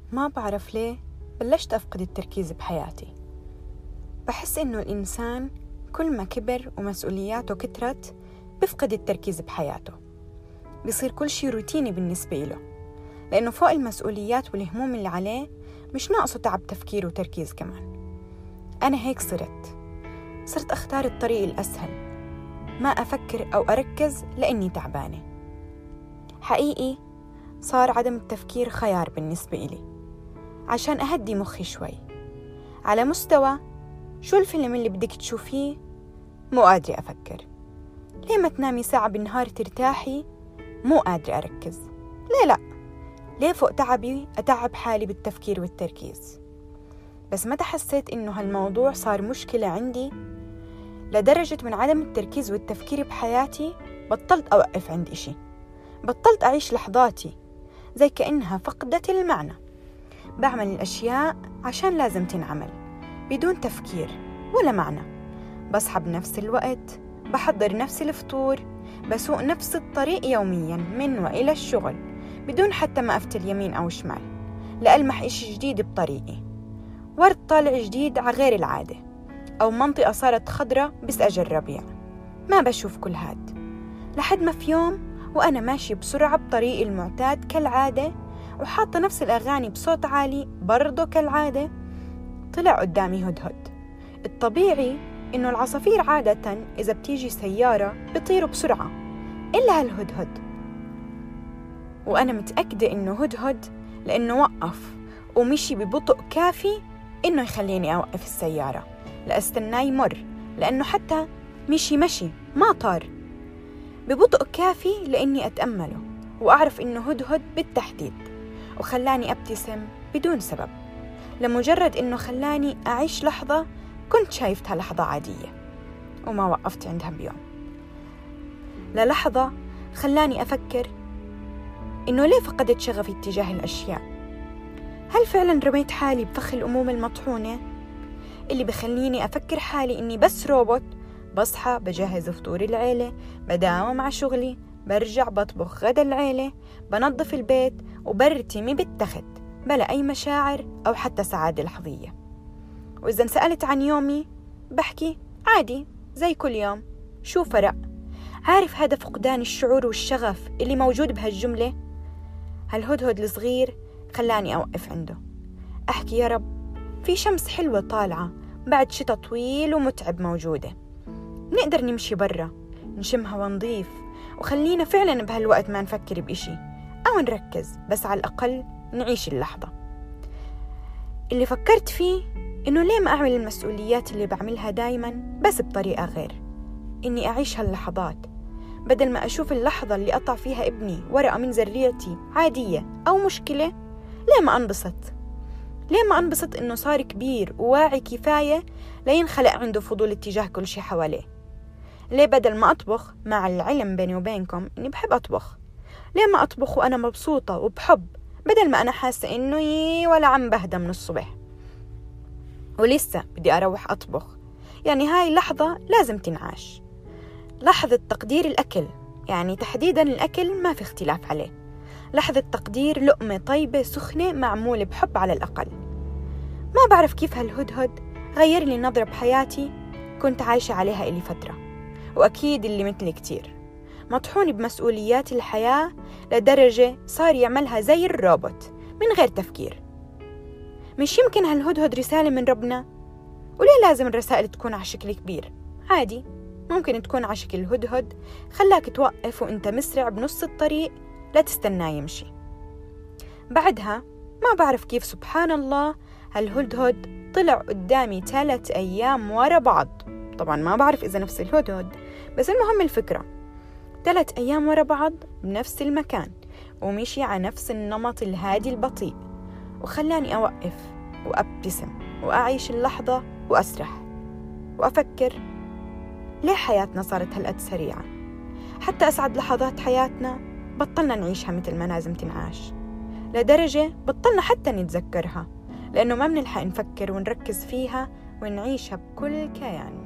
ما بعرف ليه بلشت أفقد التركيز بحياتي. بحس إنه الإنسان كل ما كبر ومسؤولياته كترت بفقد التركيز بحياته، بيصير كل شيء روتيني بالنسبة له، لأنه فوق المسؤوليات والهموم اللي عليه مش ناقصه تعب تفكير وتركيز كمان. أنا هيك صرت أختار الطريق الأسهل، ما أفكر أو أركز لأني تعبانة. حقيقي صار عدم التفكير خيار بالنسبة إلي عشان أهدي مخي شوي. على مستوى شو الفيلم اللي بدك تشوفيه؟ مو قادرة أفكر. ليه ما تنامي ساعة بالنهار ترتاحي؟ مو قادرة أركز. ليه فوق تعبي أتعب حالي بالتفكير والتركيز؟ بس متى حسيت إنه هالموضوع صار مشكلة عندي لدرجة من عدم التركيز والتفكير بحياتي بطلت أوقف عند إشي، بطلت أعيش لحظاتي زي كأنها فقدت المعنى. بعمل الأشياء عشان لازم تنعمل بدون تفكير ولا معنى. بصحى بنفس الوقت، بحضر نفس الفطور، بسوق نفس الطريق يوميا من وإلى الشغل بدون حتى ما أفتل يمين أو شمال لألمح إشي جديد بطريقي، ورد طالع جديد عغير العادة، أو منطقة صارت خضرة بس أجل الربيع. ما بشوف كل هاد لحد ما في يوم وأنا ماشي بسرعة بطريقي المعتاد كالعادة وحاطة نفس الأغاني بصوت عالي برضو كالعادة، طلع قدامي هدهد. الطبيعي إنه العصافير عادة إذا بتيجي سيارة بيطيروا بسرعة، إلا هالهدهد. وأنا متأكدة إنه هدهد لأنه وقف ومشي ببطء كافي إنه يخليني أوقف السيارة لأستناه يمر، لأنه حتى مشي ما طار ببطء كافي لأني أتأمله وأعرف إنه هدهد بالتحديد، وخلاني أبتسم بدون سبب لمجرد إنه خلاني أعيش لحظة كنت شايفتها لحظة عادية وما وقفت عندها بيوم. للحظة خلاني أفكر إنه ليه فقدت شغفي اتجاه الأشياء. هل فعلا رميت حالي بفخ الأمومة المطحونة اللي بخليني أفكر حالي إني بس روبوت، بصحى بجهز فطور العيلة، بداوم على شغلي، برجع بطبخ غدا العيلة، بنظف البيت وبرتمي بالتخت بلا أي مشاعر أو حتى سعادة لحظية؟ وإذا سألت عن يومي بحكي عادي زي كل يوم. شو فرق؟ عارف هذا فقدان الشعور والشغف اللي موجود بهالجملة؟ هالهدهد الصغير خلاني أوقف عنده، أحكي يا رب في شمس حلوة طالعة بعد شتاء طويل ومتعب موجودة، نقدر نمشي برا نشم هوا نظيف، وخلينا فعلا بهالوقت ما نفكر بإشي أو نركز، بس على الأقل نعيش اللحظة. اللي فكرت فيه إنه ليه ما أعمل المسؤوليات اللي بعملها دايما بس بطريقة غير، إني أعيش هاللحظات بدل ما أشوف اللحظة اللي قطع فيها ابني ورقة من زريعتي عادية أو مشكلة. ليه ما أنبسط إنه صار كبير وواعي كفاية لينخلق عنده فضول اتجاه كل شيء حواليه؟ ليه بدل ما أطبخ، مع العلم بيني وبينكم إني بحب أطبخ، ليه ما أطبخ وأنا مبسوطة وبحب بدل ما أنا حاسة إنه ولا عم بهدى من الصبح ولسه بدي أروح أطبخ؟ يعني هاي لحظة لازم تنعاش، لحظة تقدير الأكل، يعني تحديدا الأكل ما في اختلاف عليه، لحظة تقدير لقمة طيبة سخنة معمولة بحب على الأقل. ما بعرف كيف هالهدهد غير لي نظرة بحياتي كنت عايشة عليها إلي فترة، وأكيد اللي مثلي كتير مطحون بمسؤوليات الحياة لدرجة صار يعملها زي الروبوت من غير تفكير. مش يمكن هالهدهد رسالة من ربنا؟ وليه لازم الرسائل تكون على شكل كبير؟ عادي ممكن تكون على شكل هدهد خلاك توقف وانت مسرع بنص الطريق لا تستناه يمشي. بعدها ما بعرف كيف سبحان الله هالهدهد طلع قدامي 3 أيام ورا بعض. طبعا ما بعرف إذا نفس الهدهد، بس المهم الفكرة 3 أيام ورا بعض بنفس المكان، ومشي على نفس النمط الهادي البطيء، وخلاني أوقف وأبتسم وأعيش اللحظة وأسرح وأفكر ليه حياتنا صارت هالقد سريعة؟ حتى أسعد لحظات حياتنا بطلنا نعيشها مثل ما لازم تنعاش، لدرجة بطلنا حتى نتذكرها، لأنه ما بنلحق نفكر ونركز فيها ونعيشها بكل كيان.